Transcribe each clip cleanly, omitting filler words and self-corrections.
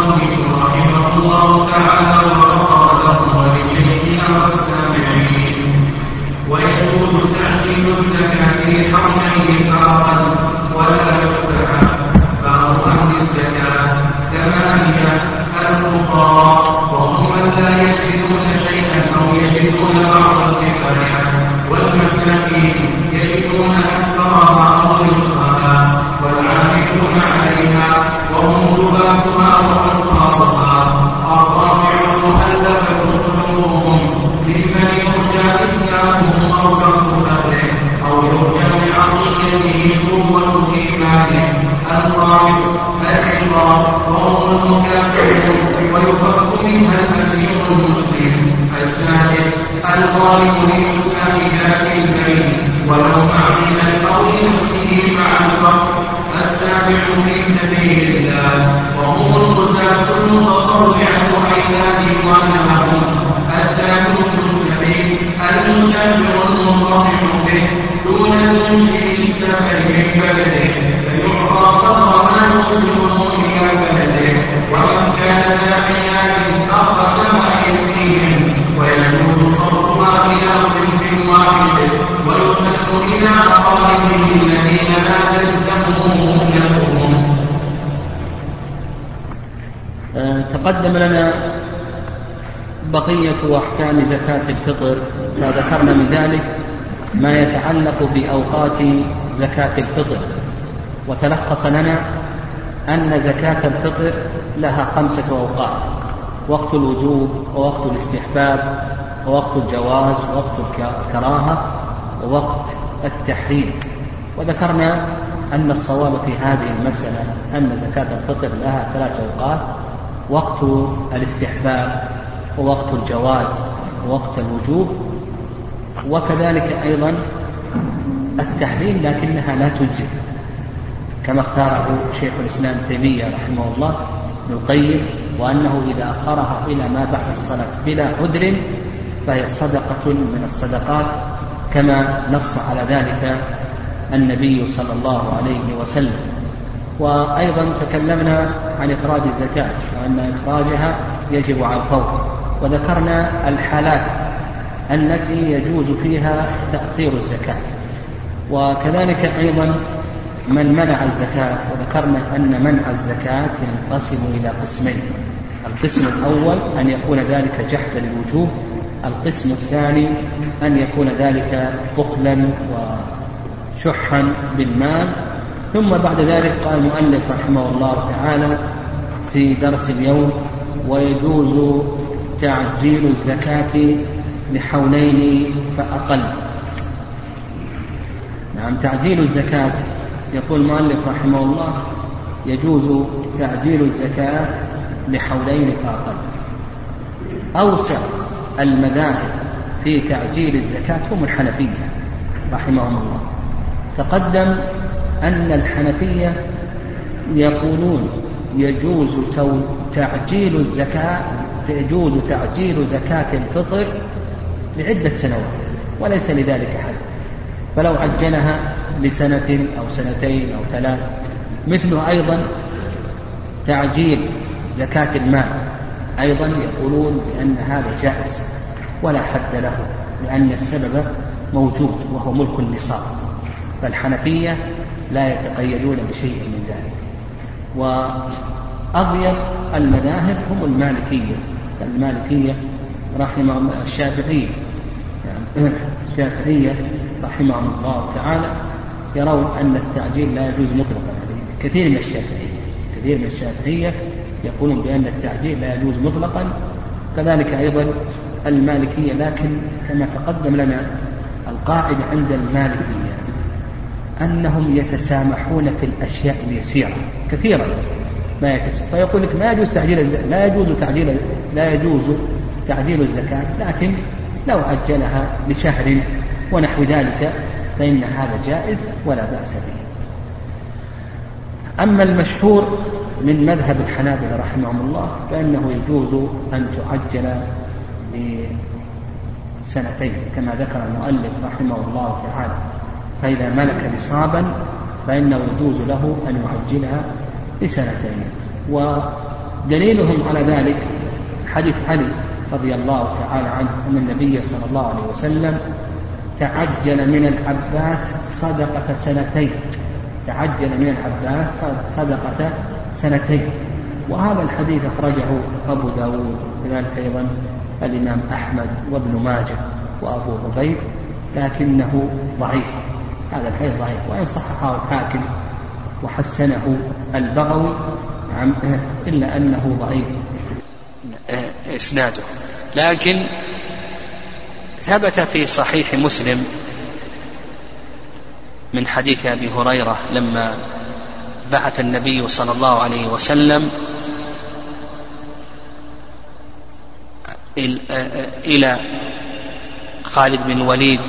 المصنف رحمه الله تعالى وقال ولشيخنا والسامعين: ويجوز تعجيل الزكاة لحولين فأقل ولا يستحب. بعض أهل الزكاة 8 الفقراء، وهم من لا يجدون شيئا أو يجدون بعض الكفاية، والمساكين يجدون أكثرها أو نصفها، والعاملون عليها وهم جباتها وحفاظها. الرابع مؤلفة قلوبهم، ممن يرجى إسلامهم أو ترك شره أو يرجى بعقيدته قوة إيمانه. الخامس الرضا، وهم المكافئون ويفك منها الأسير المسلم. السادس الغالب لإصلاح ذات البين ولو مع من أو نفسه مع الفقر. السابع في سبيل الله، وهم الغزاة المتطوعة أيام وأنهم. الثامن ابن السبيل المسافر المطمع به دون المنشئ السافر من بلده، فيعطى قدر ما يوصله إلى بلده. ومن كان داعيا أخذ ما يكفيهم، ويجوز صرفها إلى صنف واحد، ويسد إلى أقاربه الذين لا تلزمهم مهلتهم. تقدم لنا بقية أحكام زكاة الفطر، فذكرنا من ذلك ما يتعلق بأوقات زكاة الفطر، وتلخص لنا أن زكاة الفطر لها 5 أوقات: وقت الوجوب، ووقت الاستحباب، ووقت الجواز، ووقت الكراهة، ووقت التحريم. وذكرنا أن الصواب في هذه المسألة أن زكاة الفطر لها 3 أوقات: وقت الاستحباب، ووقت الجواز، ووقت الوجوب، وكذلك أيضا التحريم لكنها لا تجزي، كما اختاره شيخ الإسلام تيمية رحمه الله ابن القيم، وأنه إذا أخرها إلى ما بعد الصلاة بلا عذر فهي صدقة من الصدقات، كما نص على ذلك النبي صلى الله عليه وسلم. وأيضا تكلمنا عن إخراج الزكاة وأن إخراجها يجب على الفور، وذكرنا الحالات التي يجوز فيها تأخير الزكاة، وكذلك أيضا من منع الزكاة. وذكرنا أن منع الزكاة ينقسم إلى قسمين: القسم الأول أن يكون ذلك جحدا للوجوب، القسم الثاني أن يكون ذلك بخلا وشحا بالمال. ثم بعد ذلك قال المؤلف رحمه الله تعالى في درس اليوم: ويجوز تعجيل الزكاة لحولين فأقل. نعم، تعجيل الزكاة، يقول المؤلف رحمه الله: يجوز تعجيل الزكاة لحولين فأقل. أوسع المذاهب في تعجيل الزكاة هم الحنفية رحمهم الله. تقدم أن الحنفية يقولون يجوز تعجيل الزكاة، يجوز تعجيل زكاة الفطر لعدة سنوات وليس لذلك حد، فلو عجلها لسنة أو سنتين أو 3. مثل أيضا تعجيل زكاة المال، أيضا يقولون بأن هذا جائز ولا حد له، لأن السبب موجود وهو ملك النصاب. فالحنفية لا يتقيدون بشيء من ذلك. وأضيق المذاهب هم المالكية، المالكية رحمهم الشافعية، يعني الشافعية رحمهم الله تعالى يرون أن التعجيل لا يجوز مطلقا. كثير من الشافعية يقولون بأن التعجيل لا يجوز مطلقا، كذلك أيضا المالكية. لكن كما تقدم لنا القاعدة عند المالكية أنهم يتسامحون في الأشياء اليسيرة كثيرا ما يتسامح، فيقول لك لا يجوز تعجيل الزكاة، لكن لو عجلها لشهر ونحو ذلك فإن هذا جائز ولا بأس به. أما المشهور من مذهب الحنابلة رحمهم الله فإنه يجوز أن تعجل لسنتين كما ذكر المؤلف رحمه الله تعالى، فإذا ملك نصابا فإنه يجوز له أن يعجلها لسنتين. دليلهم على ذلك حديث علي رضي الله تعالى عنه أن النبي صلى الله عليه وسلم تعجل من العباس صدقة سنتين، تعجل من العباس صدقة سنتين. وهذا الحديث أخرجه أبو داود، كذلك أيضا الإمام أحمد وابن ماجه وأبو عبيد، لكنه ضعيف، هذا الحديث ضعيف، وإن صححه الحاكم وحسنه البغوي إلا أنه ضعيف إسناده. لكن ثبت في صحيح مسلم من حديث أبي هريرة لما بعث النبي صلى الله عليه وسلم إلى خالد بن الوليد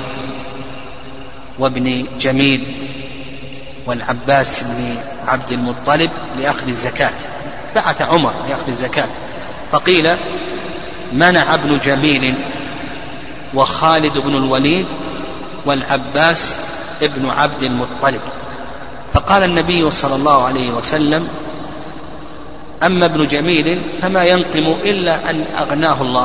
وابن جميل والعباس بن عبد المطلب لأخذ الزكاة، بعث عمر لأخذ الزكاة، فقيل منع ابن جميل وخالد بن الوليد والعباس ابن عبد المطلب، فقال النبي صلى الله عليه وسلم أما ابن جميل فما ينقم إلا أن أغناه الله،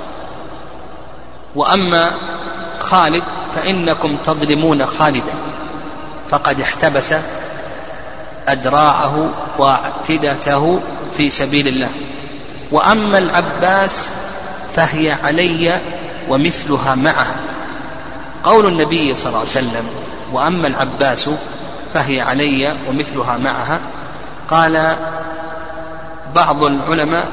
وأما خالد فإنكم تظلمون خالدا فقد احتبس أدراعه واعتدته في سبيل الله، وأما العباس فهي علي ومثلها معها. قول النبي صلى الله عليه وسلم وأما العباس فهي علي ومثلها معها، قال بعض العلماء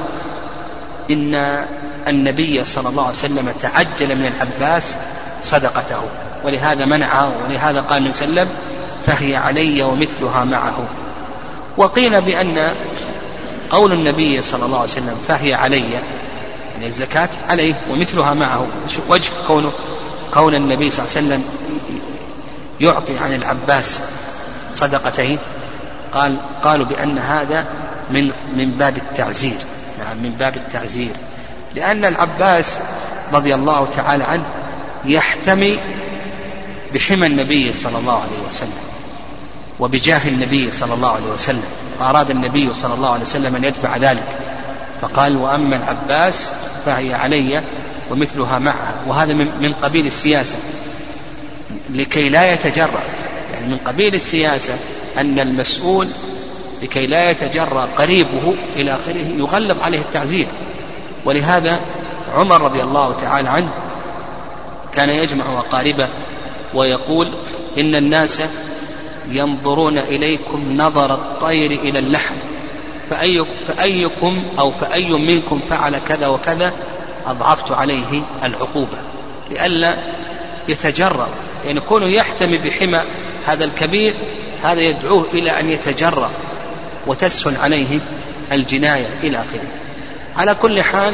إن النبي صلى الله عليه وسلم تعجل من العباس صدقته ولهذا منعها، ولهذا قال النبي صلى الله عليه وسلم فهي علي ومثلها معه. وقيل بأن قول النبي صلى الله عليه وسلم فهي علي يعني الزكاة عليه ومثلها معه، وجه كون النبي صلى الله عليه وسلم يعطي عن العباس صدقتين، قالوا بأن هذا من باب التعزير، يعني من باب التعزير، لأن العباس رضي الله تعالى عنه يحتمي بحمى النبي صلى الله عليه وسلم وبجاه النبي صلى الله عليه وسلم، فأراد النبي صلى الله عليه وسلم أن يدفع ذلك، فقال وأما العباس فهي علي ومثلها معها. وهذا من قبيل السياسة لكي لا يتجرأ، يعني من قبيل السياسة أن المسؤول لكي لا يتجرأ قريبه إلى آخره يغلب عليه التعزير. ولهذا عمر رضي الله تعالى عنه كان يجمع أقاربه ويقول إن الناس ينظرون إليكم نظر الطير إلى اللحم، فأيكم أو فأي منكم فعل كذا وكذا أضعفت عليه العقوبة، لئلا يتجرأ، يعني يكون يحتمي بحمى هذا الكبير، هذا يدعوه إلى أن يتجرأ وتسهل عليه الجناية إلى آخره. على كل حال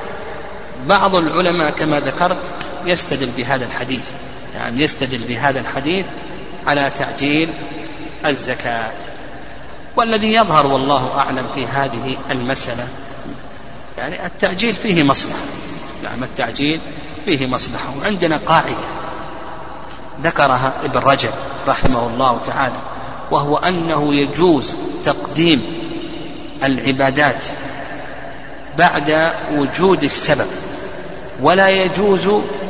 بعض العلماء كما ذكرت يستدل بهذا الحديث، يعني يستدل بهذا الحديث على تعجيل الزكاة. والذي يظهر والله أعلم في هذه المسألة يعني التعجيل فيه مصلحة، يعني التعجيل فيه مصلحة. وعندنا قاعدة ذكرها ابن رجب رحمه الله تعالى، وهو أنه يجوز تقديم العبادات بعد وجود السبب، ولا يجوز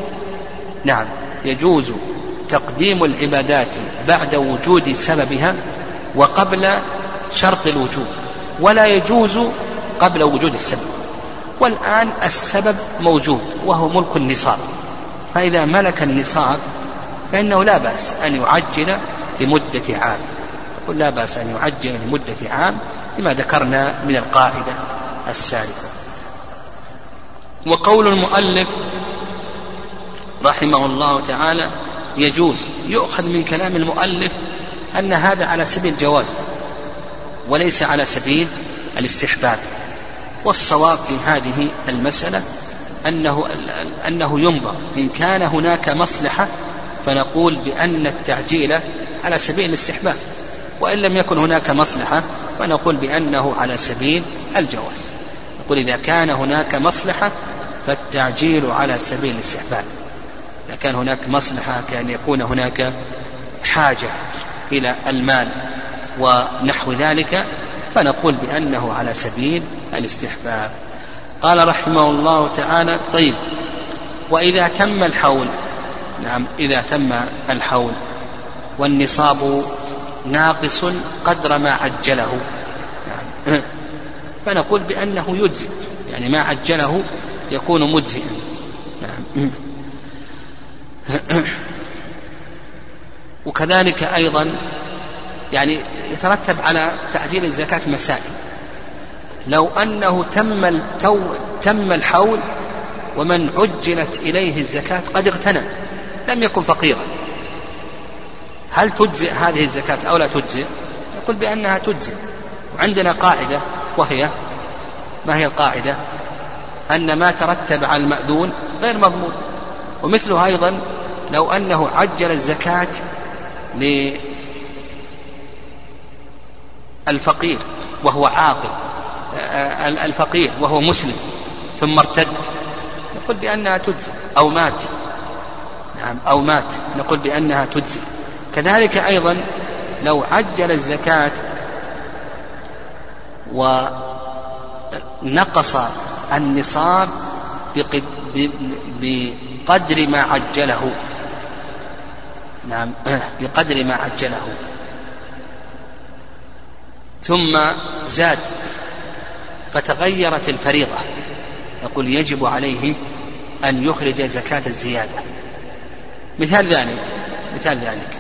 يجوز تقديم العبادات بعد وجود سببها وقبل شرط الوجوب، ولا يجوز قبل وجود السبب. والآن السبب موجود وهو ملك النصاب، فإذا ملك النصاب فإنه لا بأس أن يعجل لمدة عام، يقول لا بأس أن يعجل لمدة عام لما ذكرنا من القاعدة السالفة. وقول المؤلف رحمه الله تعالى يجوز، يؤخذ من كلام المؤلف أن هذا على سبيل الجواز وليس على سبيل الاستحباب. والصواب في هذه المسألة أنه ينظر، إن كان هناك مصلحة فنقول بأن التعجيل على سبيل الاستحباب، وإن لم يكن هناك مصلحة فنقول بأنه على سبيل الجواز. نقول إذا كان هناك مصلحة فالتعجيل على سبيل الاستحباب، إذا كان هناك مصلحة كأن يكون هناك حاجة إلى المال ونحو ذلك فنقول بأنه على سبيل الاستحباب. قال رحمه الله تعالى: طيب، وإذا تم الحول، نعم، إذا تم الحول والنصاب ناقص قدر ما عجله، نعم، فنقول بأنه يجزئ، يعني ما عجله يكون مجزئا، نعم. وكذلك أيضا يعني يترتب على تعديل الزكاة مسائل. لو أنه تم الحول ومن عجلت إليه الزكاة قد اغتنى لم يكن فقيرا، هل تجزئ هذه الزكاة أو لا تجزئ؟ يقول بأنها تجزئ. وعندنا قاعدة، وهي ما هي القاعدة؟ أن ما ترتب على المأذون غير مضمون. ومثله أيضا لو أنه عجل الزكاة للفقير وهو عاقل، الفقير وهو مسلم ثم ارتد، نقول بأنها تجزئ. أو مات، نعم، أو مات، نقول بأنها تجزئ. كذلك أيضا لو عجل الزكاة ونقص النصاب بقدر ما عجله، نعم، بقدر ما عجله، ثم زاد فتغيرت الفريضة، نقول يجب عليه أن يخرج زكاة الزيادة. مثال ذلك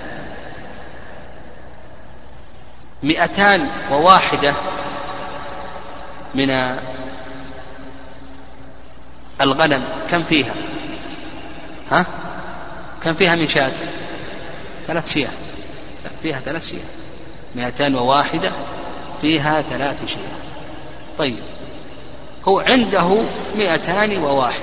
201 من الغنم كم فيها؟ كم فيها من شاة؟ 3 شياه، فيها 3 شياه. 201 فيها 3 شياه. طيب، هو عنده 201،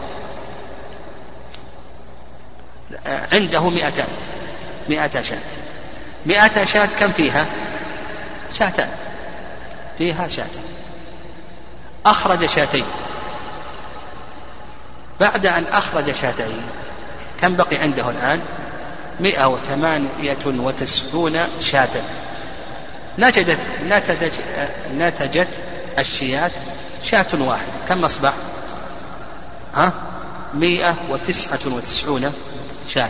عنده 200 شاة. 200 شاة كم فيها؟ 2 شاة، فيها 2 شاة. أخرج 2 شاة. بعد أن أخرج 2 شاة كم بقي عنده الآن؟ 198 شاة. نتجت الشيات 1 شاة. كم أصبح؟ 199 شاة.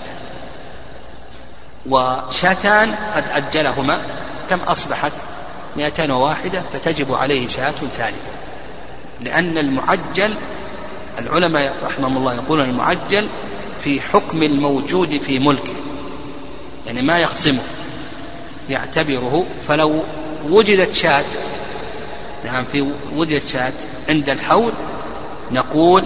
وشاتان قد عجلهما، كم أصبحت؟ 201، فتجب عليه شاة ثالثة. لأن المعجل، العلماء رحمهم الله يقولون المعجل في حكم الموجود في ملكه، يعني ما يخصمه، يعتبره. فلو وجدت شاة، نعم، وجدت شاة عند الحول، نقول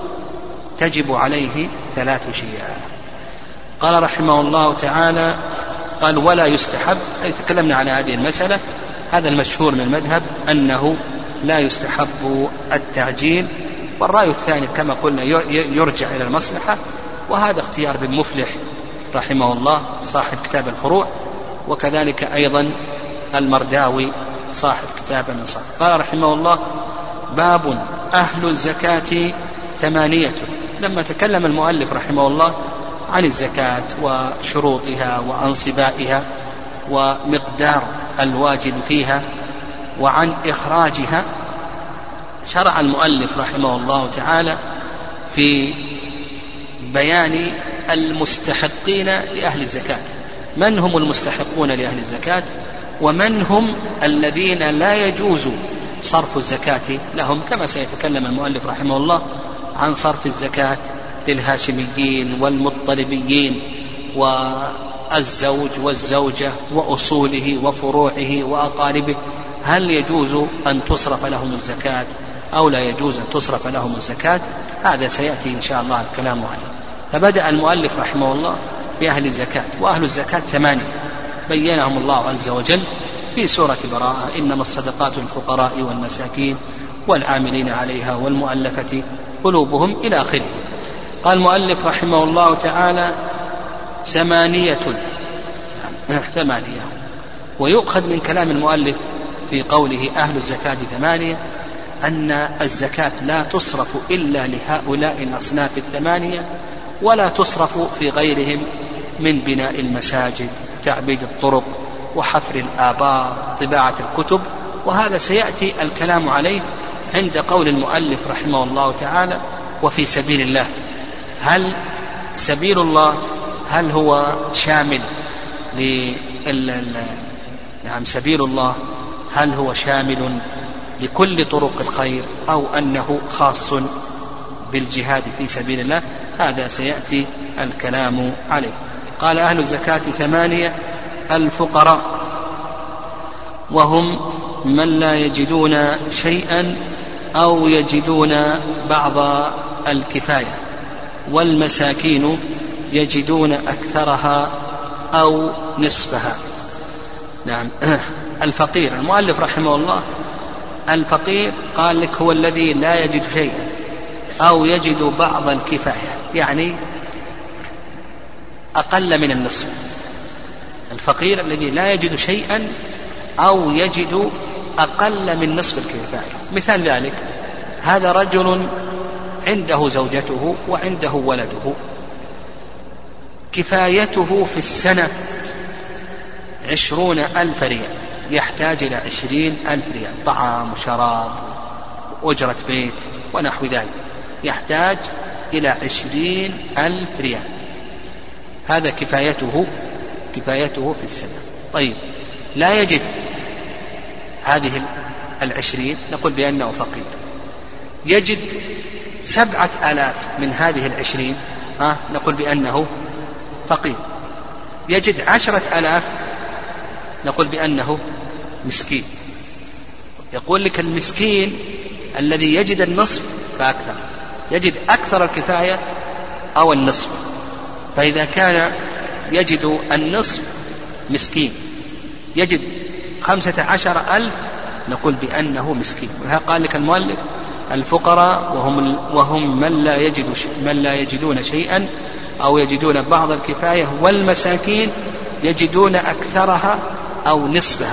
تجب عليه 3 شياه. قال رحمه الله تعالى: قال: ولا يستحب. أي تكلمنا على هذه المسألة. هذا المشهور من المذهب أنه لا يستحب التعجيل، والرأي الثاني كما قلنا يرجع إلى المصلحة. وهذا اختيار بن مفلح رحمه الله صاحب كتاب الفروع، وكذلك أيضا المرداوي صاحب كتاب النصاب. قال رحمه الله: باب أهل الزكاة 8. لما تكلم المؤلف رحمه الله عن الزكاة وشروطها وأنصبائها ومقدار الواجب فيها وعن إخراجها، شرع المؤلف رحمه الله تعالى في بيان المستحقين لأهل الزكاة. من هم المستحقون لأهل الزكاة؟ ومن هم الذين لا يجوز صرف الزكاة لهم، كما سيتكلم المؤلف رحمه الله عن صرف الزكاة للهاشميين والمطلبيين والزوج والزوجة وأصوله وفروعه وأقاربه. هل يجوز أن تصرف لهم الزكاة أو لا يجوز أن تصرف لهم الزكاة؟ هذا سيأتي إن شاء الله الكلام عليه. فبدأ المؤلف رحمه الله بأهل الزكاة، وأهل الزكاة 8 بينهم الله عز وجل في سورة براءة: إنما الصدقات للفقراء والمساكين والعاملين عليها والمؤلفة قلوبهم، إلى آخره. قال المؤلف رحمه الله تعالى: 8. ويؤخذ من كلام المؤلف في قوله أهل الزكاة 8 أن الزكاة لا تصرف إلا لهؤلاء الأصناف 8، ولا تصرف في غيرهم من بناء المساجد، تعبيد الطرق، وحفر الآبار، طباعة الكتب وهذا سيأتي الكلام عليه عند قول المؤلف رحمه الله تعالى وفي سبيل الله. هل سبيل الله هل هو شامل نعم سبيل الله هل هو شامل لكل طرق الخير أو أنه خاص بالجهاد في سبيل الله؟ هذا سيأتي الكلام عليه. قال أهل الزكاة 8: الفقراء وهم من لا يجدون شيئا أو يجدون بعض الكفاية، والمساكين يجدون أكثرها أو نصفها. نعم. الفقير، المؤلف رحمه الله الفقير قال لك هو الذي لا يجد شيئا أو يجد بعض الكفاية، يعني أقل من النصف. الفقير الذي لا يجد شيئا أو يجد أقل من نصف الكفاية. مثال ذلك هذا رجل عنده زوجته وعنده ولده، كفايته في السنة 20,000 ريال، يحتاج إلى 20,000 ريال، طعام وشراب وأجرة بيت ونحو ذلك، يحتاج إلى 20,000 ريال. هذا كفايته في السنة. طيب لا يجد هذه 20، نقول بأنه فقير. يجد 7,000 من هذه 20، نقول بأنه فقير. يجد 10,000، نقول بأنه مسكين. يقول لك المسكين الذي يجد النصف فأكثر، يجد أكثر الكفاية أو النصف. فإذا كان يجد النصف مسكين، يجد 15,000، نقول بأنه مسكين. وهذا قال لك المؤلف الفقراء وهم من لا يجدون شيئا أو يجدون بعض الكفاية، والمساكين يجدون أكثرها أو نصفها،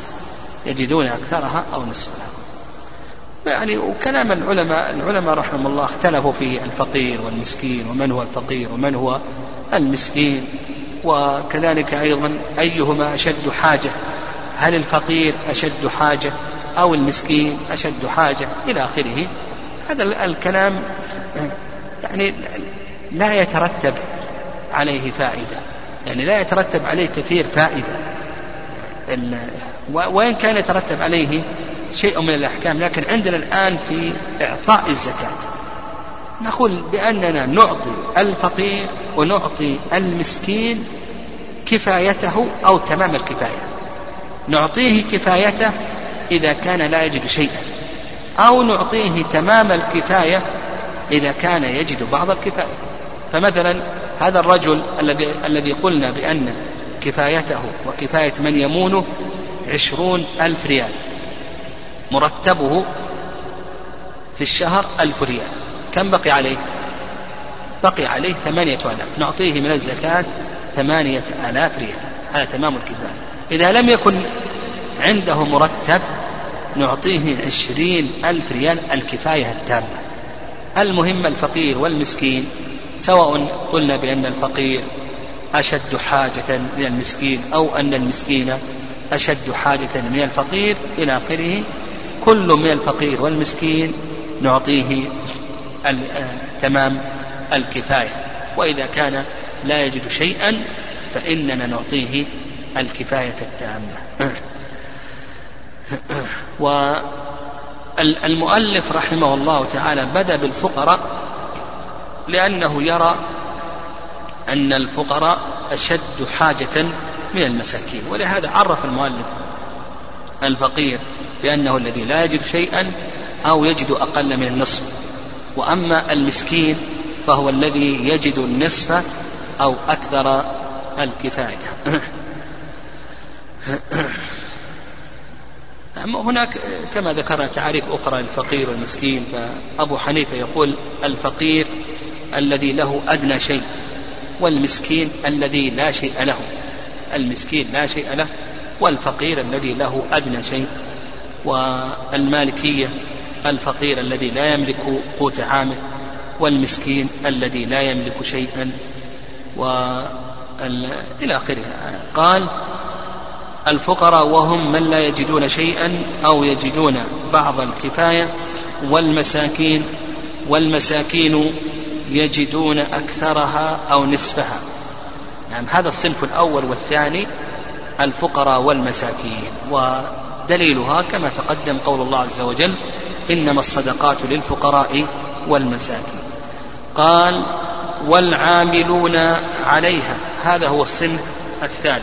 يعني. وكلام العلماء رحمهم الله اختلفوا في الفقير والمسكين، ومن هو الفقير ومن هو المسكين، وكذلك أيضا أيهما أشد حاجة، هل الفقير أشد حاجة أو المسكين أشد حاجة إلى آخره. هذا الكلام يعني لا يترتب عليه فائدة، يعني لا يترتب عليه كثير فائدة، وإن كان يترتب عليه شيء من الأحكام. لكن عندنا الآن في إعطاء الزكاة نقول بأننا نعطي الفقير ونعطي المسكين كفايته أو تمام الكفاية. نعطيه كفايته إذا كان لا يجد شيئا، أو نعطيه تمام الكفاية إذا كان يجد بعض الكفاية. فمثلا هذا الرجل الذي قلنا بأن كفايته وكفاية من يمونه 20,000 ريال، مرتبه في الشهر 1,000 ريال، كم بقي عليه؟ بقي عليه 8,000، نعطيه من الزكاة 8,000 ريال، هذا تمام الكفاية. إذا لم يكن عنده مرتب نعطيه 20,000 ريال الكفاية التامة. المهم الفقير والمسكين سواء قلنا بأن الفقير أشد حاجة من المسكين أو أن المسكين أشد حاجة من الفقير إلى آخره، كل من الفقير والمسكين نعطيه تمام الكفاية. وإذا كان لا يجد شيئا فإننا نعطيه الكفاية التامة. والمؤلف رحمه الله تعالى بدأ بالفقراء لأنه يرى أن الفقراء أشد حاجة من المساكين، ولهذا عرف المؤلف الفقير بأنه الذي لا يجد شيئا أو يجد أقل من النصف، وأما المسكين فهو الذي يجد النصف أو أكثر الكفاية. هناك كما ذكرنا تعريف أخرى للفقير والمسكين. فأبو حنيفة يقول الفقير الذي له أدنى شيء، والمسكين الذي لا شيء له. المسكين لا شيء له، والفقير الذي له أدنى شيء. والمالكية الفقير الذي لا يملك قوت عامه، والمسكين الذي لا يملك شيئا، إلى آخره. قال الفقراء وهم من لا يجدون شيئا أو يجدون بعض الكفاية، والمساكين يجدون أكثرها أو نصفها. يعني هذا الصنف الأول والثاني الفقراء والمساكين. ودليلها كما تقدم قول الله عز وجل إنما الصدقات للفقراء والمساكين. قال والعاملون عليها، هذا هو الصنف الثالث،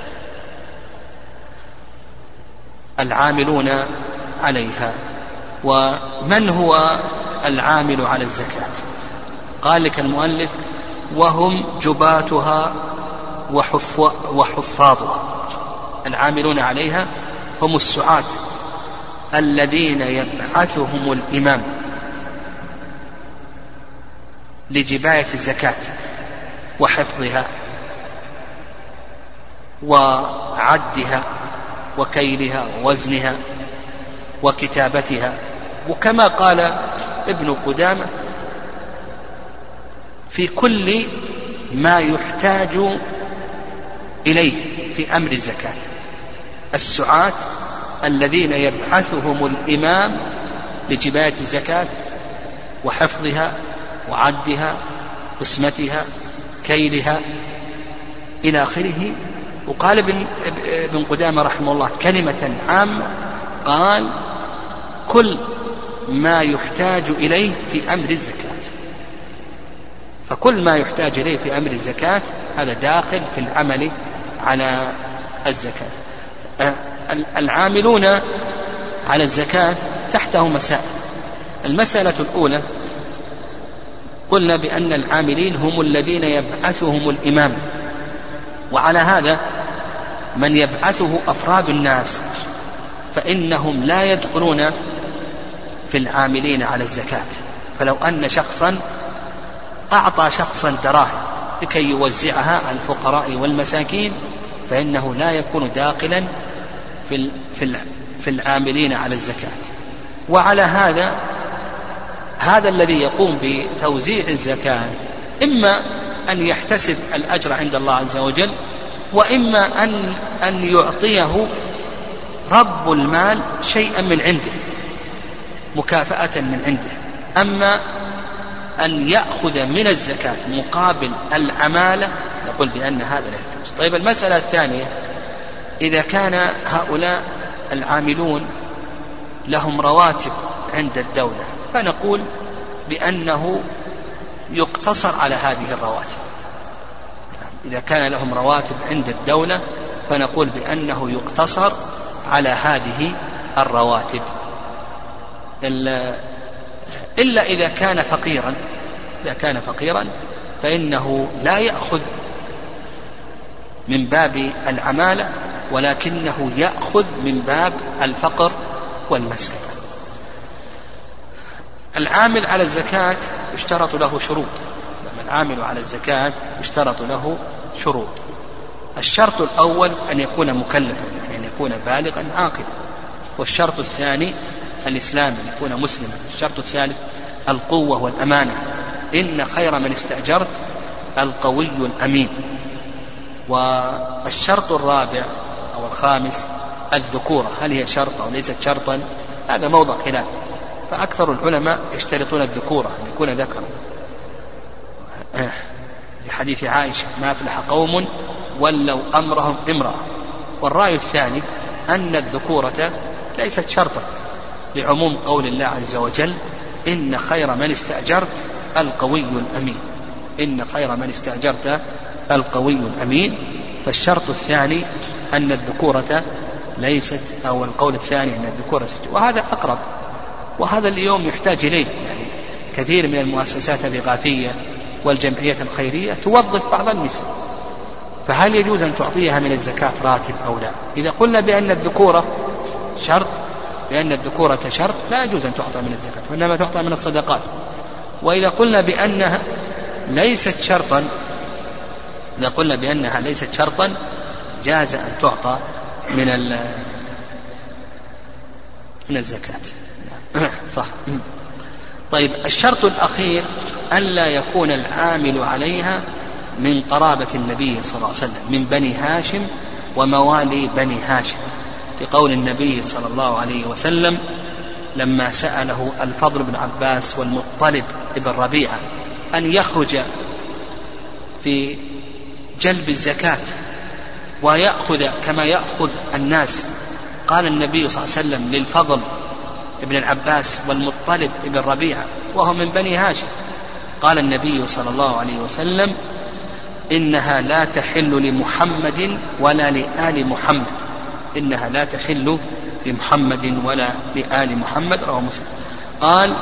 العاملون عليها. ومن هو العامل على الزكاة؟ قال لك المؤلف وهم جباتها وحفاظها. العاملون عليها هم السعاة الذين يبعثهم الإمام لجباية الزكاة وحفظها وعدها وكيلها ووزنها وكتابتها. وكما قال ابن قدامة في كل ما يحتاج إليه في أمر الزكاة، السعاة الذين يبعثهم الإمام لجباية الزكاة وحفظها وعدها قسمتها كيلها إلى آخره. وقال ابن قدامة رحمه الله كلمة عامة، قال كل ما يحتاج إليه في أمر الزكاة. فكل ما يحتاج إليه في أمر الزكاة هذا داخل في العمل على الزكاة. العاملون على الزكاة تحته مسائل. المسألة الأولى قلنا بأن العاملين هم الذين يبعثهم الإمام، وعلى هذا من يبعثه أفراد الناس فإنهم لا يدخلون في العاملين على الزكاة. فلو أن شخصا أعطى شخصا دراهم لكي يوزعها على الفقراء والمساكين فإنه لا يكون داخلا في العاملين على الزكاة. وعلى هذا الذي يقوم بتوزيع الزكاة إما أن يحتسب الأجر عند الله عز وجل، وإما أن يعطيه رب المال شيئا من عنده مكافأة من عنده. أما أن يأخذ من الزكاة مقابل العمالة نقول بأن هذا لا يجوز. طيب المسألة الثانية، إذا كان هؤلاء العاملون لهم رواتب عند الدولة فنقول بأنه يقتصر على هذه الرواتب. إذا كان لهم رواتب عند الدولة فنقول بأنه يقتصر على هذه الرواتب، إلا إذا كان فقيرا. إذا كان فقيرا فإنه لا يأخذ من باب العمالة ولكنه يأخذ من باب الفقر والمسكنة. العامل على الزكاة يشترط له شروط. العامل على الزكاة يشترط له شروط. الشرط الأول أن يكون مكلفا، يعني أن يكون بالغا عاقلا. والشرط الثاني الإسلام، أن يكون مسلما. الشرط الثالث القوة والأمانة، إن خير من استأجرت القوي الأمين. والشرط الرابع أو الخامس الذكورة، هل هي شرط أو ليست شرطا؟ هذا موضع خلاف، فأكثر العلماء يشترطون الذكورة، أن يكون ذكرا، لحديث عائشة ما أفلح قوم ولوا أمرهم امرأة. والرأي الثاني أن الذكورة ليست شرطا لعموم قول الله عز وجل إن خير من استأجرت القوي الأمين. إن خير من استأجرت القوي الأمين. فالشرط الثاني أن الذكورة ليست، أو القول الثاني أن الذكورة، وهذا أقرب. وهذا اليوم يحتاج إليه، يعني كثير من المؤسسات الإغاثية والجمعيات الخيرية توظف بعض النساء، فهل يجوز أن تعطيها من الزكاة راتب أو لا؟ إذا قلنا بأن الذكورة شرط، لأن الذكورة شرط لا يجوز أن تعطى من الزكاة وإنما تعطى من الصدقات. وإذا قلنا بأنها ليست شرطا، إذا قلنا بأنها ليست شرطا جاز أن تعطى من الزكاة. صح. طيب الشرط الأخير ألا يكون العامل عليها من قرابة النبي صلى الله عليه وسلم، من بني هاشم وموالي بني هاشم، لقول النبي صلى الله عليه وسلم لما سأله الفضل بن عباس والمطلب بن ربيعة أن يخرج في جلب الزكاة ويأخذ كما يأخذ الناس، قال النبي صلى الله عليه وسلم للفضل بن العباس والمطلب بن ربيعة وهم من بني هاشم، قال النبي صلى الله عليه وسلم إنها لا تحل لمحمد ولا لآل محمد، إنها لا تحل لمحمد ولا لآل محمد، رواه مسلم. قال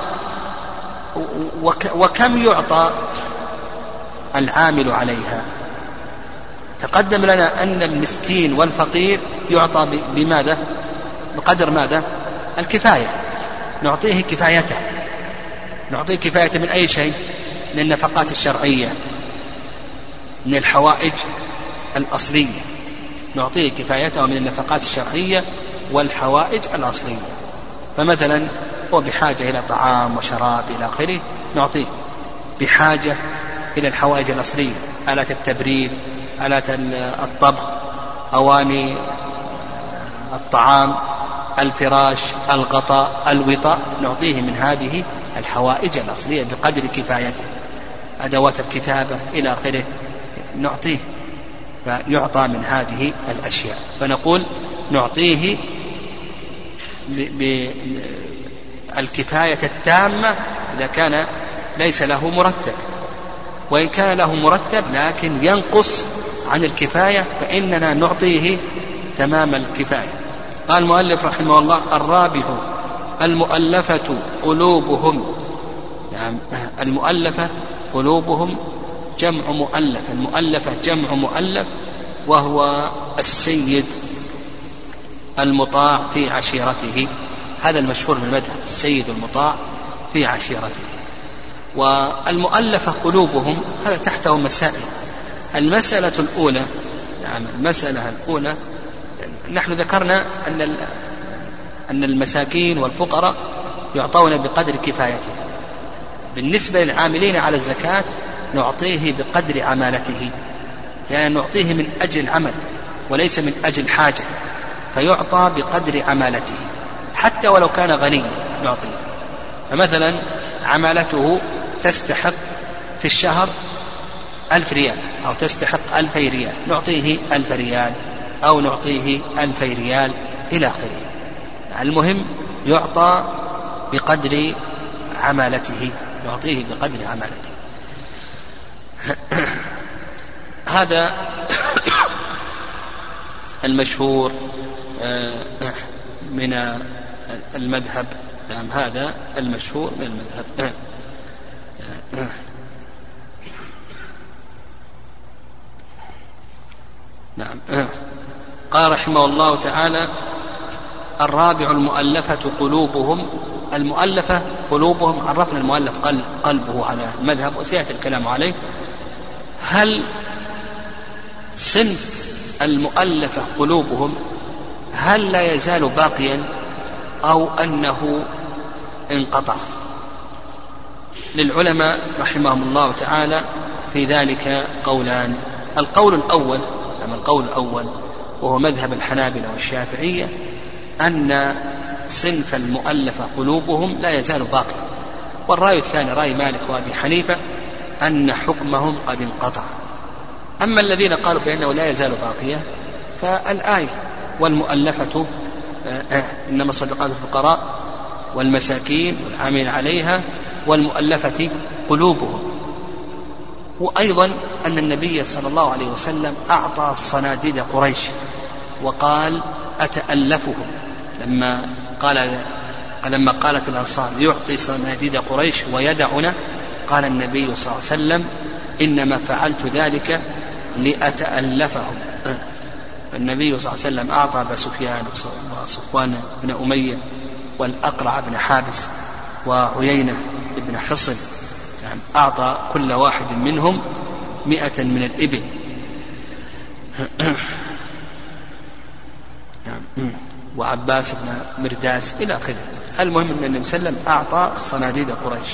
وكم يعطى العامل عليها؟ تقدم لنا أن المسكين والفقير يعطى بماذا؟ بقدر ماذا؟ الكفاية، نعطيه كفايته، نعطيه كفايته من أي شيء؟ من النفقات الشرعية، من الحوائج الأصلية، نعطيه كفايته من النفقات الشرعية والحوائج الأصلية. فمثلا هو بحاجة إلى طعام وشراب إلى آخره، نعطيه. بحاجة إلى الحوائج الأصلية، آلات التبريد، آلات الطبخ، أواني الطعام، الفراش، الغطاء، الوطاء، نعطيه من هذه الحوائج الأصلية بقدر كفايته، أدوات الكتابة إلى آخره نعطيه، فيعطى من هذه الأشياء. فنقول نعطيه بالكفاية التامة إذا كان ليس له مرتب، وإن كان له مرتب لكن ينقص عن الكفاية فإننا نعطيه تمام الكفاية. قال المؤلف رحمه الله: الرابع المؤلفة قلوبهم. يعني المؤلفة قلوبهم جمع مؤلف، المؤلفة جمع مؤلف، وهو السيد المطاع في عشيرته، هذا المشهور من المذهب، السيد المطاع في عشيرته. والمؤلفة قلوبهم هذا تحته مسائل. المسألة الأولى، يعني المسألة الأولى، نحن ذكرنا أن المساكين والفقراء يعطون بقدر كفايته. بالنسبة للعاملين على الزكاة نعطيه بقدر عمالته، يعني نعطيه من أجل عمل وليس من أجل حاجة، فيعطى بقدر عمالته حتى ولو كان غنيا نعطيه. فمثلا عمالته تستحق في الشهر 1000 ريال أو تستحق 2000 ريال، نعطيه 1000 ريال أو نعطيه 2000 ريال إلى آخره. المهم يعطى بقدر عمالته، نعطيه بقدر عمالته. هذا المشهور من المذهب. نعم، هذا المشهور من المذهب. نعم. قال رحمه الله تعالى: الرابع المؤلفة قلوبهم. المؤلفة قلوبهم، عرفنا المؤلف قلبه على المذهب وسيأتي الكلام عليه. هل صنف المؤلفة قلوبهم هل لا يزال باقيا أو أنه انقطع؟ للعلماء رحمهم الله تعالى في ذلك قولان. القول الأول وهو مذهب الحنابلة والشافعية أن صنف المؤلفة قلوبهم لا يزال باقيا، والرأي الثاني رأي مالك وأبي حنيفة أن حكمهم قد انقطع. أما الذين قالوا بأنه لا يزال باقيا فالآية: والمؤلفة إنما الصدقات الفقراء والمساكين والعاملين عليها والمؤلفة قلوبهم. وأيضا أن النبي صلى الله عليه وسلم أعطى صناديد قريش وقال: أتألفهم، لما قالت الأنصار: يعطي صناديد قريش ويدعنا، قال النبي صلى الله عليه وسلم: إنما فعلت ذلك لأتألفهم. النبي صلى الله عليه وسلم أعطى أبا سفيان وصفوان بن أمية والأقرع بن حابس وعيينة بن حصن، يعني أعطى كل واحد منهم 100 من الإبل. وعباس بن مرداس إلى آخره. المهم أن النبي صلى الله عليه وسلم أعطى صناديد قريش.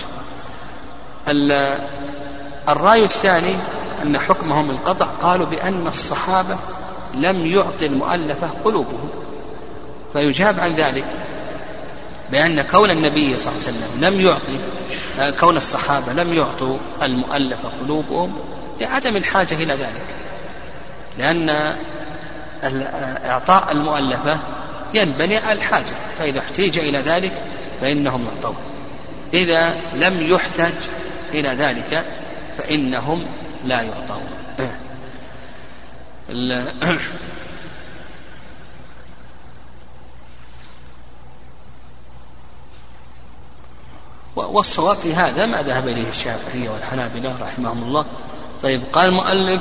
الرأي الثاني أن حكمهم انقطع، قالوا بأن الصحابة لم يعطي المؤلفة قلوبهم. فيجاب عن ذلك بأن كون النبي صلى الله عليه وسلم لم يعطي، كون الصحابة لم يعطوا المؤلفة قلوبهم لعدم الحاجة إلى ذلك، لأن إعطاء المؤلفة ينبني على الحاجة، فإذا احتاج إلى ذلك فإنهم يعطون، إذا لم يحتاج إلى ذلك فإنهم لا يعطون. والصواب في هذا ما ذهب إليه الشافعية والحنابلة رحمهم الله. طيب، قال المؤلف: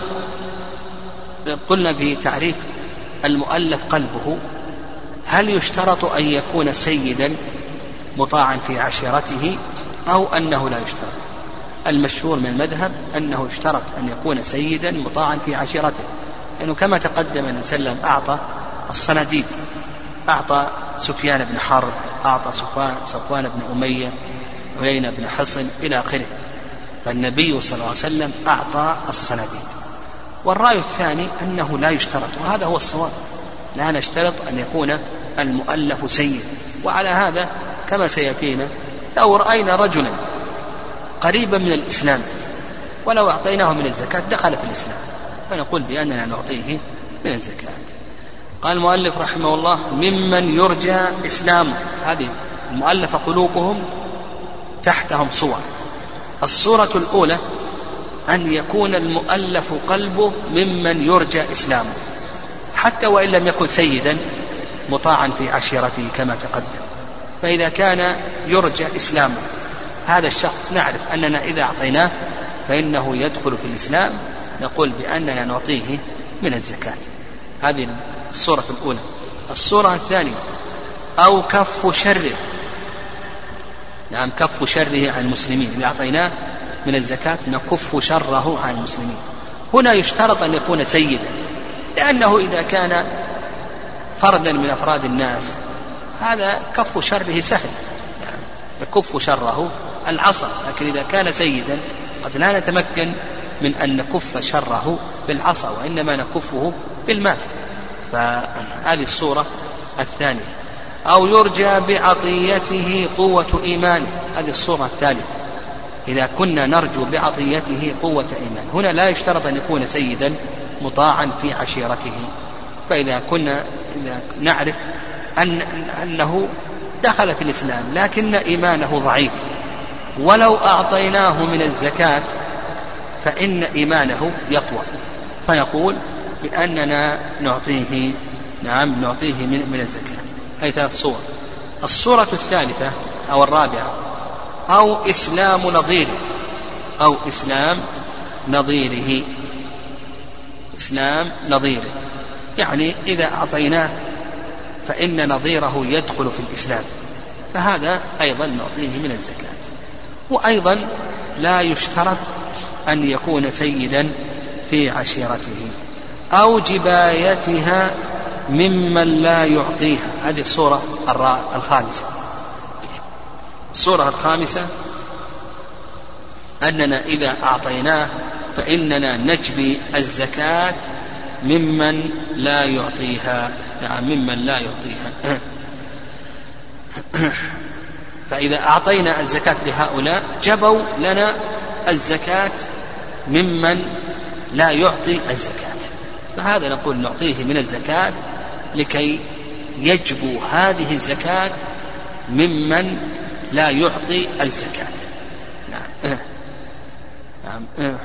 قلنا في تعريف المؤلف قلبه، هل يشترط أن يكون سيدا مطاعا في عشيرته أو أنه لا يشترط؟ المشهور من المذهب أنه يشترط أن يكون سيدا مطاعا في عشيرته، لأنه كما تقدم أن وسلم أعطى الصناديد، أعطى سفيان بن حرب، أعطى صفوان بن أمية، عيينة بن حصن إلى آخره، فالنبي صلى الله عليه وسلم أعطى الصناديد. والرأي الثاني أنه لا يشترط، وهذا هو الصواب، لا نشترط أن يكون المؤلف سيد. وعلى هذا كما سيأتينا لو رأينا رجلا قريبا من الإسلام ولو أعطيناه من الزكاة دخل في الإسلام، فنقول بأننا نعطيه من الزكاة. قال المؤلف رحمه الله: ممن يرجى إسلامه. هذه المؤلف قلوبهم تحتهم صور. الصورة الأولى أن يكون المؤلف قلبه ممن يرجى إسلامه، حتى وإن لم يكن سيدا مطاعا في عشيرته كما تقدم. فإذا كان يرجى إسلامه هذا الشخص نعرف أننا إذا أعطيناه فإنه يدخل في الإسلام، نقول بأننا نعطيه من الزكاة. هذه الصورة الأولى. الصورة الثانية: أو كف شره. نعم، كف شره عن المسلمين، إذا أعطيناه من الزكاة نكف شره عن المسلمين. هنا يشترط أن يكون سيدا، لأنه إذا كان فردا من أفراد الناس هذا كف شره سهل، يعني يكف شره العصا، لكن إذا كان سيدا قد لا نتمكن من أن نكف شره بالعصا، وإنما نكفه بالماء. فهذه الصورة الثانية. أو يرجى بعطيته قوة إيمانه. هذه الصورة الثالثة، إذا كنا نرجو بعطيته قوة إيمان. هنا لا يشترط أن يكون سيدا مطاعا في عشيرته، فإذا كنا نعرف أنه دخل في الإسلام لكن إيمانه ضعيف، ولو أعطيناه من الزكاة فإن إيمانه يقوى، فيقول بأننا نعطيه، نعم نعطيه من الزكاة. هذه ثلاث صور. الصورة الثالثة أو الرابعة: أو إسلام نظيره. أو إسلام نظيره. إسلام نظيره يعني إذا أعطيناه فإن نظيره يدخل في الإسلام، فهذا أيضا نعطيه من الزكاة. وأيضا لا يشترط أن يكون سيدا في عشيرته. أو جبايتها ممن لا يعطيها. هذه الصورة الخامسة. الصورة الخامسة أننا إذا أعطيناه فإننا نجبي الزكاة ممن لا يعطيها. نعم، ممن لا يعطيها. فإذا أعطينا الزكاة لهؤلاء جبوا لنا الزكاة ممن لا يعطي الزكاة، فهذا نقول نعطيه من الزكاة لكي يجبوا هذه الزكاة ممن لا يعطي الزكاة. نعم. نعم.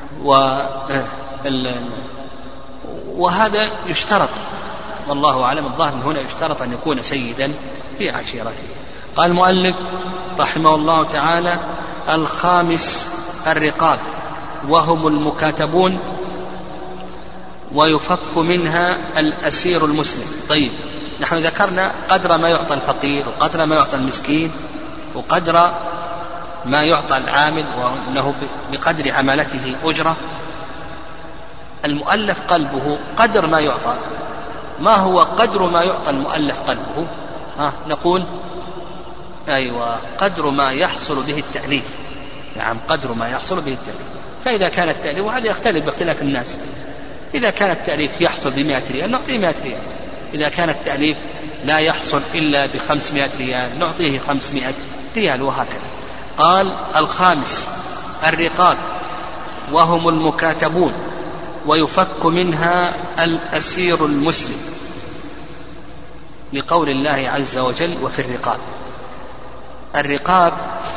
وهذا يشترط، والله أعلم، الظاهر من هنا يشترط أن يكون سيدا في عشيرته. قال المؤلف رحمه الله تعالى: الخامس الرقاب، وهم المكاتبون، ويفك منها الأسير المسلم. طيب، نحن ذكرنا قدر ما يعطى الفقير، وقدر ما يعطى المسكين، وقدر ما يعطى العامل، وأنه بقدر عملته أجرة. المؤلف قلبه قدر ما يعطى. ما هو قدر ما يعطى المؤلف قلبه؟ نقول أيوة، قدر ما يحصل به التأليف. نعم، قدر ما يحصل به التأليف. فإذا كان التأليف، وهذا يختلف باختلاف الناس، إذا كان التأليف يحصل ب100 ريال نعطيه 100 ريال، إذا كان التأليف لا يحصل إلا ب500 ريال نعطيه 500 ريال، وهكذا. قال: الخامس الرقاب، وهم المكاتبون، ويفك منها الأسير المسلم، لقول الله عز وجل: وفي الرقاب. الرقاب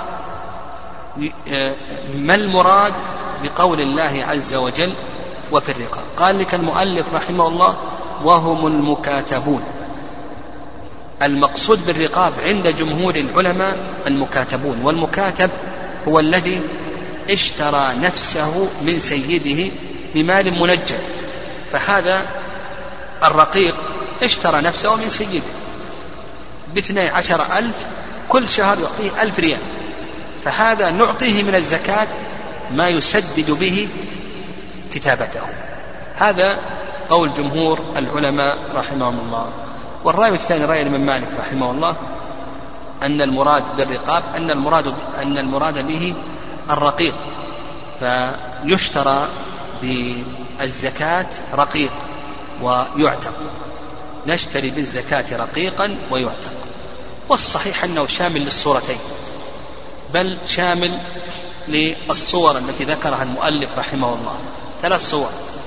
ما المراد بقول الله عز وجل وفي الرقاب؟ قال لك المؤلف رحمه الله: وهم المكاتبون. المقصود بالرقاب عند جمهور العلماء المكاتبون، والمكاتب هو الذي اشترى نفسه من سيده بمال منجم، فهذا الرقيق اشترى نفسه من سيده ب12,000 كل شهر يعطيه 1000 ريال، فهذا نعطيه من الزكاة ما يسدد به كتابته. هذا قول جمهور العلماء رحمهم الله. والرأي الثاني رأي الإمام مالك رحمه الله أن المراد بالرقاب أن المراد به الرقيق، فيشترى بالزكاة رقيق ويعتق، نشتري بالزكاة رقيقا ويعتق. والصحيح أنه شامل للصورتين، بل شامل للصور التي ذكرها المؤلف رحمه الله، 3 صور.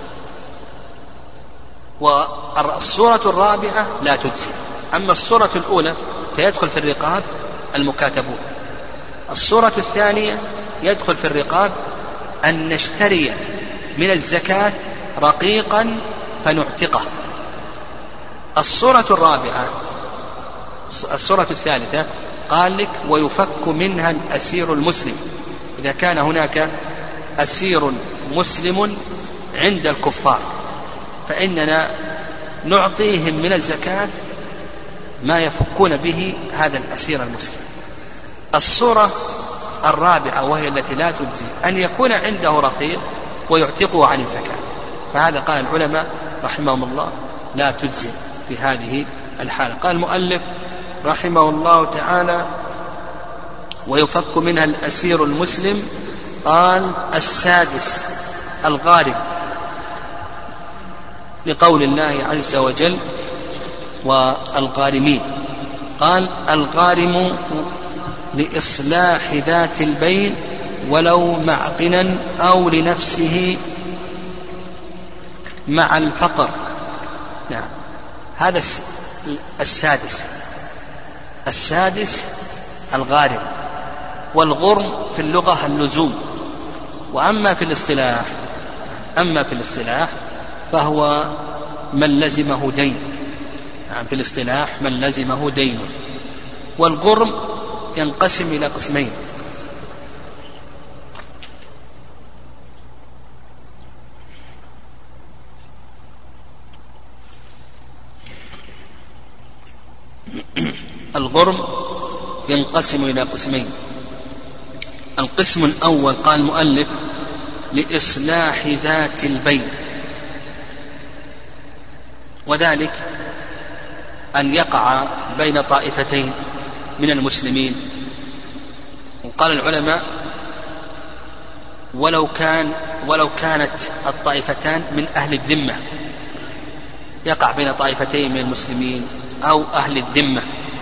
والصورة الرابعة لا تجزي. أما الصورة الأولى فيدخل في الرقاب المكاتبون. الصورة الثانية يدخل في الرقاب أن نشتري من الزكاة رقيقا فنعتقه. الصورة الرابعة، الصورة الثالثة، قال لك: ويفك منها الأسير المسلم، إذا كان هناك أسير مسلم عند الكفار فإننا نعطيهم من الزكاة ما يفكون به هذا الأسير المسلم. الصورة الرابعة وهي التي لا تجزي أن يكون عنده رقيق ويعتقه عن الزكاة، فهذا قال العلماء رحمهم الله لا تجزي في هذه الحالة. قال المؤلف رحمه الله تعالى: ويفك منها الأسير المسلم. قال: السادس الغارم، لقول الله عز وجل: والغارمين. قال: الغارم لإصلاح ذات البين ولو معقنا أو لنفسه مع الفقر. نعم، هذا السادس الغارم. والغرم في اللغة اللزوم، وأما في الاصطلاح فهو من لزمه دين. يعني في الاصطلاح من لزمه دين. والغرم ينقسم إلى قسمين: القسم الأول قال المؤلف: لإصلاح ذات البين، وذلك أن يقع بين طائفتين من المسلمين. وقال العلماء: ولو كانت الطائفتان من أهل الذمة، يقع بين طائفتين من المسلمين أو أهل الذمة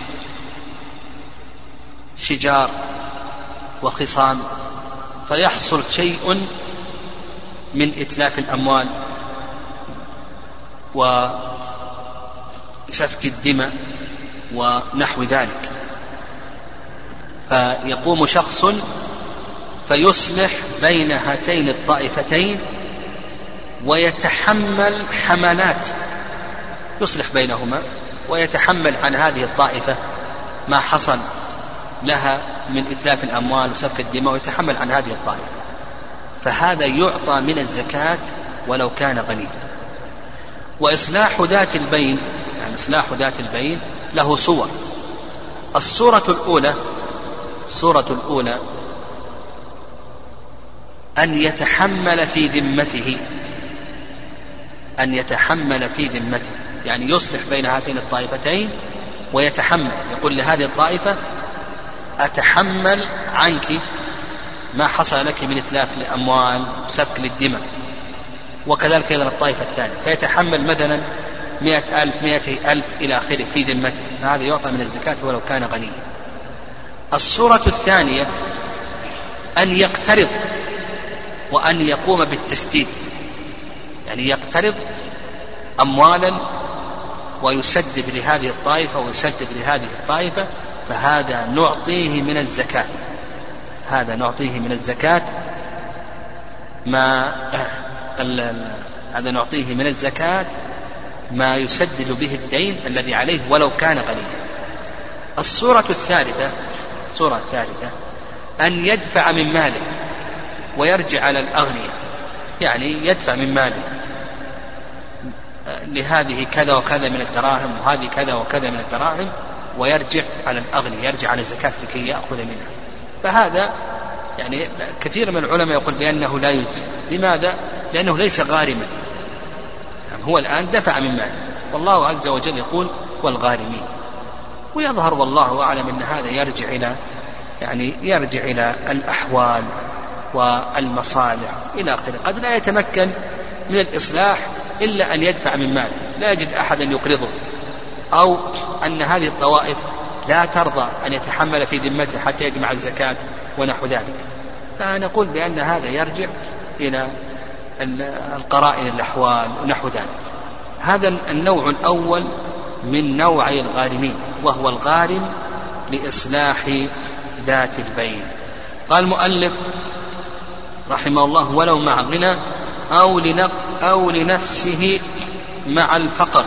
شجار وخصام، فيحصل شيء من إتلاف الأموال وسفك الدماء ونحو ذلك، فيقوم شخص فيصلح بين هاتين الطائفتين ويتحمل حملات، يصلح بينهما ويتحمل عن هذه الطائفة ما حصل لها من إتلاف الأموال وسفك الدماء، ويتحمل عن هذه الطائفة، فهذا يعطى من الزكاة ولو كان غنيا. وإصلاح ذات البين، يعني إصلاح ذات البين له صور. الصورة الأولى أن يتحمل في ذمته، يعني يصلح بين هاتين الطائفتين ويتحمل، يقول لهذه الطائفة: أتحمل عنك ما حصل لك من إتلاف الأموال وسفك للدماء، وكذلك أيضا الطائفة الثانية، فيتحمل مثلا 100,000 200,000 إلى آخره في ذمته، هذا يعطى من الزكاة ولو كان غنيا. الصورة الثانية أن يقترض وأن يقوم بالتسديد، يعني يقترض أموالا ويسدد لهذه الطائفة ويسدد لهذه الطائفة، فهذا نعطيه من الزكاة، هذا نعطيه من الزكاة هذا نعطيه من الزكاة ما يسدد به الدين الذي عليه ولو كان غنيا. الصورة الثالثة أن يدفع من ماله ويرجع على الأغنياء، يعني يدفع من ماله لهذه كذا وكذا من الدراهم وهذه كذا وكذا من الدراهم ويرجع على الأغنياء، يرجع على الزكاة لكي يأخذ منها. فهذا يعني كثير من العلماء يقول بأنه لا يجزي. لماذا؟ لأنه ليس غارما، يعني هو الآن دفع من ماله، والله عز وجل يقول والغارمين. ويظهر والله أعلم أن هذا يرجع إلى الأحوال والمصالح إلى آخره. قد لا يتمكن من الإصلاح إلا أن يدفع من ماله، لا يجد أحدا يقرضه، أو أن هذه الطوائف لا ترضى أن يتحمل في ذمته حتى يجمع الزكاة ونحو ذلك. فنقول بأن هذا يرجع إلى القرائن الأحوال ونحو ذلك. هذا النوع الأول من نوعي الغارمين، وهو الغارم لإصلاح ذات البين. قال المؤلف رحمه الله ولو مع غنى أو لنفسه مع الفقر،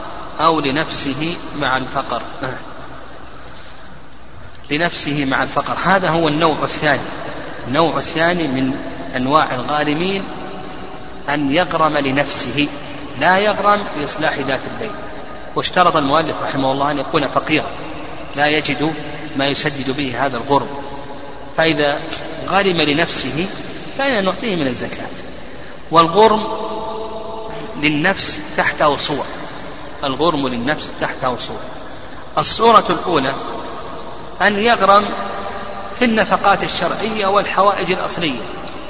لنفسه مع الفقر. هذا هو النوع الثاني من أنواع الغارمين، أن يغرم لنفسه، لا يغرم لإصلاح ذات البين. واشترط المؤلف رحمه الله أن يكون فقيرا لا يجد ما يسدد به هذا الغرم، فإذا غرم لنفسه فإن نعطيه من الزكاة. والغرم للنفس تحته صور، الصورة الأولى أن يغرم في النفقات الشرعية والحوائج الأصلية،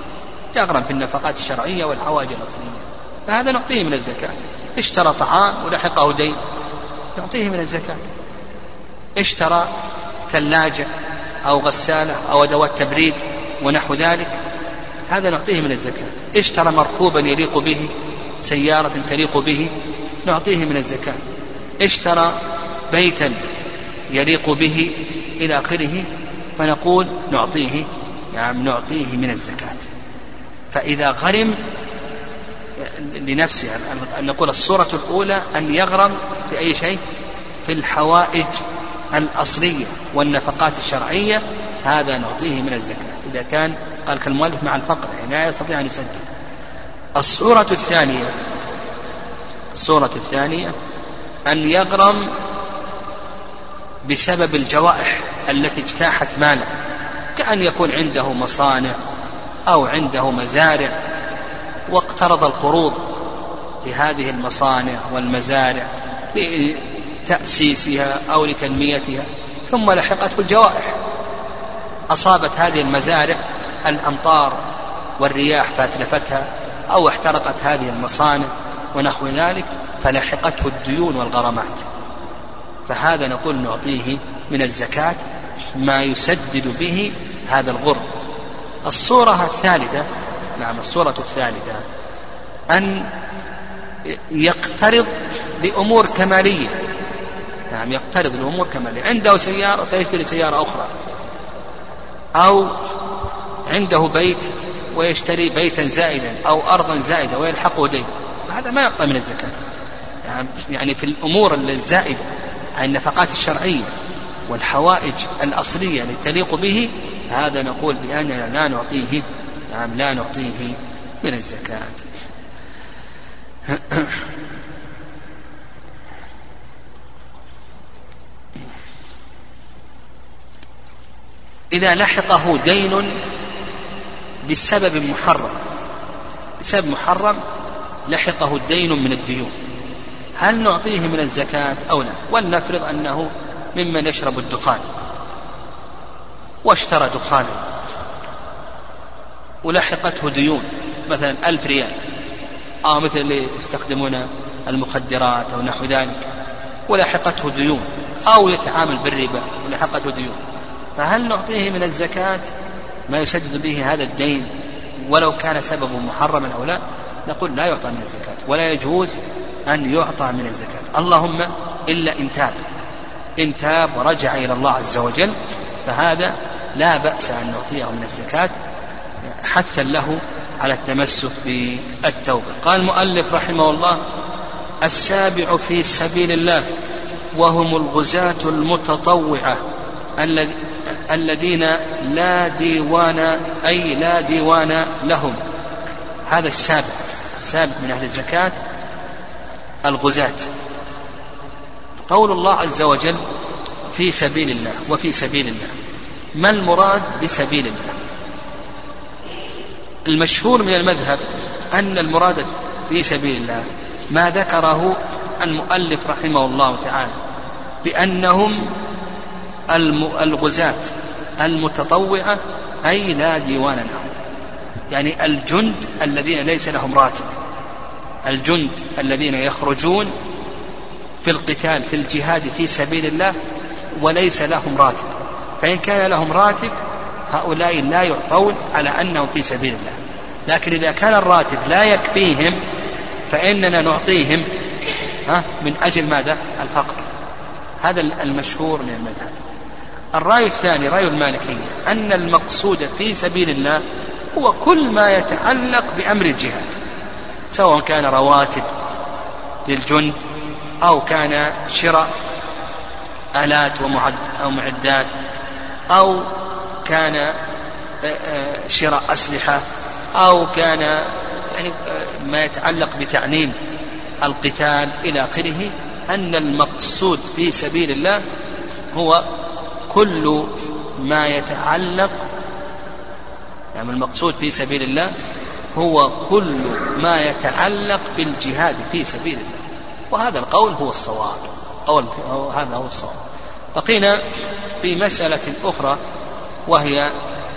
فهذا نعطيه من الزكاة. اشترى طعام ولحقه دين، نعطيه من الزكاة. اشترى ثلاجة أو غسالة أو أدوات تبريد ونحو ذلك، هذا نعطيه من الزكاة. اشترى مركوبا يليق به، سيارة تليق به، نعطيه من الزكاة. اشترى بيتا يليق به إلى آخره، فنقول نعطيه من الزكاة. فإذا غرم لنفسه، أن نقول الصورة الأولى أن يغرم في أي شيء، في الحوائج الأصلية والنفقات الشرعية، هذا نعطيه من الزكاة إذا كان قال كالمؤلف مع الفقر، يعني لا يستطيع أن يسدد. الصورة الثانية أن يغرم بسبب الجوائح التي اجتاحت ماله، كأن يكون عنده مصانع أو عنده مزارع واقترض القروض لهذه المصانع والمزارع لتأسيسها أو لتنميتها، ثم لحقته الجوائح، أصابت هذه المزارع الأمطار والرياح فأتلفتها، أو احترقت هذه المصانع ونحو ذلك، فلحقته الديون والغرامات، فهذا نقول نعطيه من الزكاة ما يسدد به هذا الغرم. الصورة الثالثة أن يقترض لأمور كمالية، عنده سيارة فيشتري سيارة أخرى، أو عنده بيت ويشتري بيتا زائدا أو أرضا زائدة ويلحقه دين، هذا ما يعطى من الزكاة. يعني في الأمور الزائدة عن النفقات الشرعية والحوائج الأصلية التي تليق به، هذا نقول بأننا لا نعطيه من الزكاة. إذا لحقه دين بسبب محرم لحقه الدين من الديون، هل نعطيه من الزكاة أو لا؟ ولنفرض أنه ممن يشرب الدخان واشترى دخانا ولحقته ديون مثلا 1000 ريال، أو مثل اللي يستخدمون المخدرات أو نحو ذلك ولاحقته ديون، أو يتعامل بالربا ولاحقته ديون، فهل نعطيه من الزكاة ما يسدد به هذا الدين ولو كان سببه محرما أو لا؟ نقول لا يعطى من الزكاة، ولا يجوز أن يعطى من الزكاة، اللهم إلا إن تاب ورجع إلى الله عز وجل، فهذا لا بأس أن نعطيه من الزكاة حثا له على التمسك بالتوبة. قال المؤلف رحمه الله: السابع في سبيل الله وهم الغزاة المتطوعة الذين لا ديوان لهم. هذا السابع من أهل الزكاة الغزاة. قول الله عز وجل في سبيل الله وفي سبيل الله، ما المراد بسبيل الله؟ المشهور من المذهب أن المراد في سبيل الله ما ذكره المؤلف رحمه الله تعالى بأنهم الغزاة المتطوعة أي لا ديوان لهم، يعني الجند الذين ليس لهم راتب، الجند الذين يخرجون في القتال في الجهاد في سبيل الله وليس لهم راتب، فإن كان لهم راتب هؤلاء لا يعطون على أنهم في سبيل الله، لكن إذا كان الراتب لا يكفيهم فإننا نعطيهم من أجل ماذا؟ الفقر. هذا المشهور من المذهب. الرأي الثاني رأي المالكية أن المقصود في سبيل الله هو كل ما يتعلق بأمر الجهاد، سواء كان رواتب للجند أو كان شراء آلات أو معدات أو كان شراء أسلحة أو كان يعني ما يتعلق بتعليم القتال إلى آخره. أن المقصود في سبيل الله هو كل ما يتعلق، يعني المقصود في سبيل الله هو كل ما يتعلق بالجهاد في سبيل الله، وهذا القول هو الصواب، هذا هو الصواب. بقينا في مسألة أخرى وهي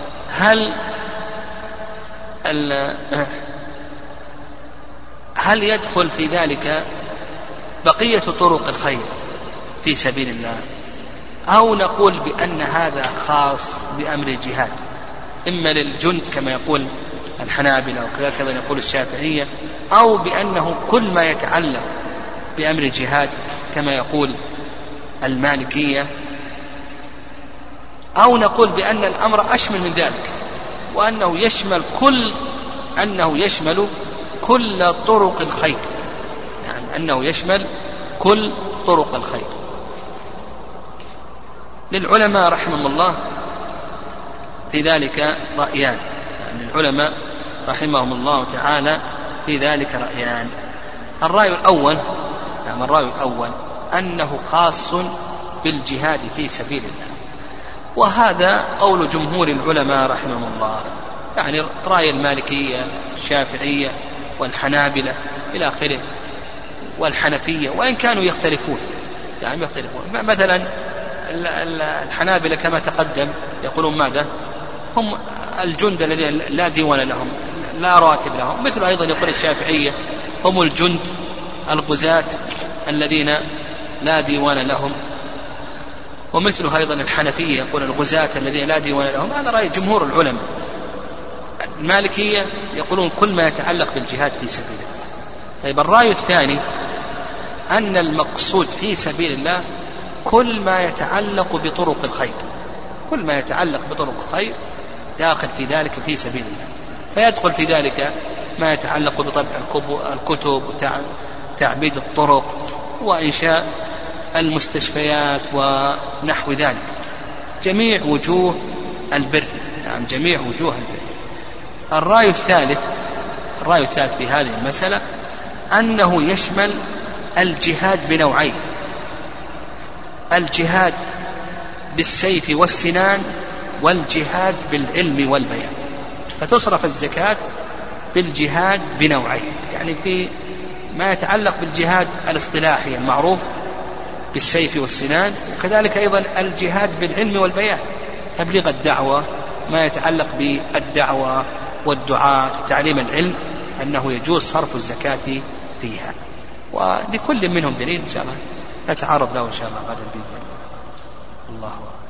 هل يدخل في ذلك بقية طرق الخير في سبيل الله، أو نقول بأن هذا خاص بأمر الجهاد، إما للجند كما يقول الحنابلة وكذا يقول الشافعية، أو بأنه كل ما يتعلق بأمر الجهاد كما يقول المالكية، أو نقول بأن الأمر أشمل من ذلك وأنه يشمل كل طرق الخير، يعني أنه يشمل كل طرق الخير. للعلماء رحمهم الله في ذلك رأيان، يعني العلماء رحمهم الله تعالى في ذلك رأيان. الرأي الأول أنه خاص بالجهاد في سبيل الله، وهذا قول جمهور العلماء رحمهم الله، يعني رأي المالكية الشافعية والحنابلة إلى آخره والحنفية، وإن كانوا يختلفون مثلا الحنابلة كما تقدم يقولون ماذا؟ هم الجند الذين لا ديوان لهم لا راتب لهم، مثل أيضا يقول الشافعية هم الجند الغزاة الذين لا ديوان لهم، ومثل أيضا الحنفية يقول الغزاة الذين لا ديوان لهم. هذا رأي جمهور العلماء. المالكية يقولون كل ما يتعلق بالجهاد في سبيل الله. طيب الرأي الثاني أن المقصود في سبيل الله كل ما يتعلق بطرق الخير، كل ما يتعلق بطرق الخير داخل في ذلك في سبيل الله، فيدخل في ذلك ما يتعلق بطبع الكتب وتعبيد الطرق وإنشاء المستشفيات ونحو ذلك، جميع وجوه البر، نعم جميع وجوه البر. الرأي الثالث في هذه المسألة أنه يشمل الجهاد بنوعين: الجهاد بالسيف والسنان والجهاد بالعلم والبيان، فتصرف الزكاة بالجهاد بنوعين، يعني في ما يتعلق بالجهاد الاصطلاحي المعروف بالسيف والسنان، وكذلك أيضا الجهاد بالعلم والبيان، تبليغ الدعوة، ما يتعلق بالدعوة والدعاة وتعليم العلم، أنه يجوز صرف الزكاة فيها. ولكل منهم دليل إن شاء الله نتعرض له إن شاء الله غدا بإذن الله. الله أكبر.